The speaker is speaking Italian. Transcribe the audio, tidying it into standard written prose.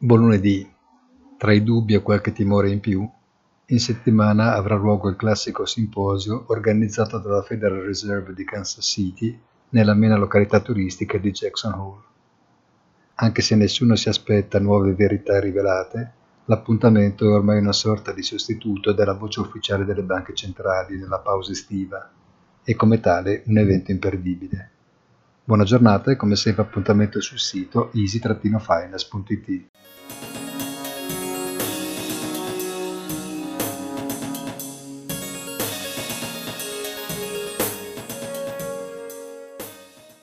Buon lunedì. Tra i dubbi e qualche timore in più, in settimana avrà luogo il classico simposio organizzato dalla Federal Reserve di Kansas City nell'amena località turistica di Jackson Hole. Anche se nessuno si aspetta nuove verità rivelate, l'appuntamento è ormai una sorta di sostituto della voce ufficiale delle banche centrali nella pausa estiva e come tale un evento imperdibile. Buona giornata e come sempre appuntamento sul sito easy-finance.it.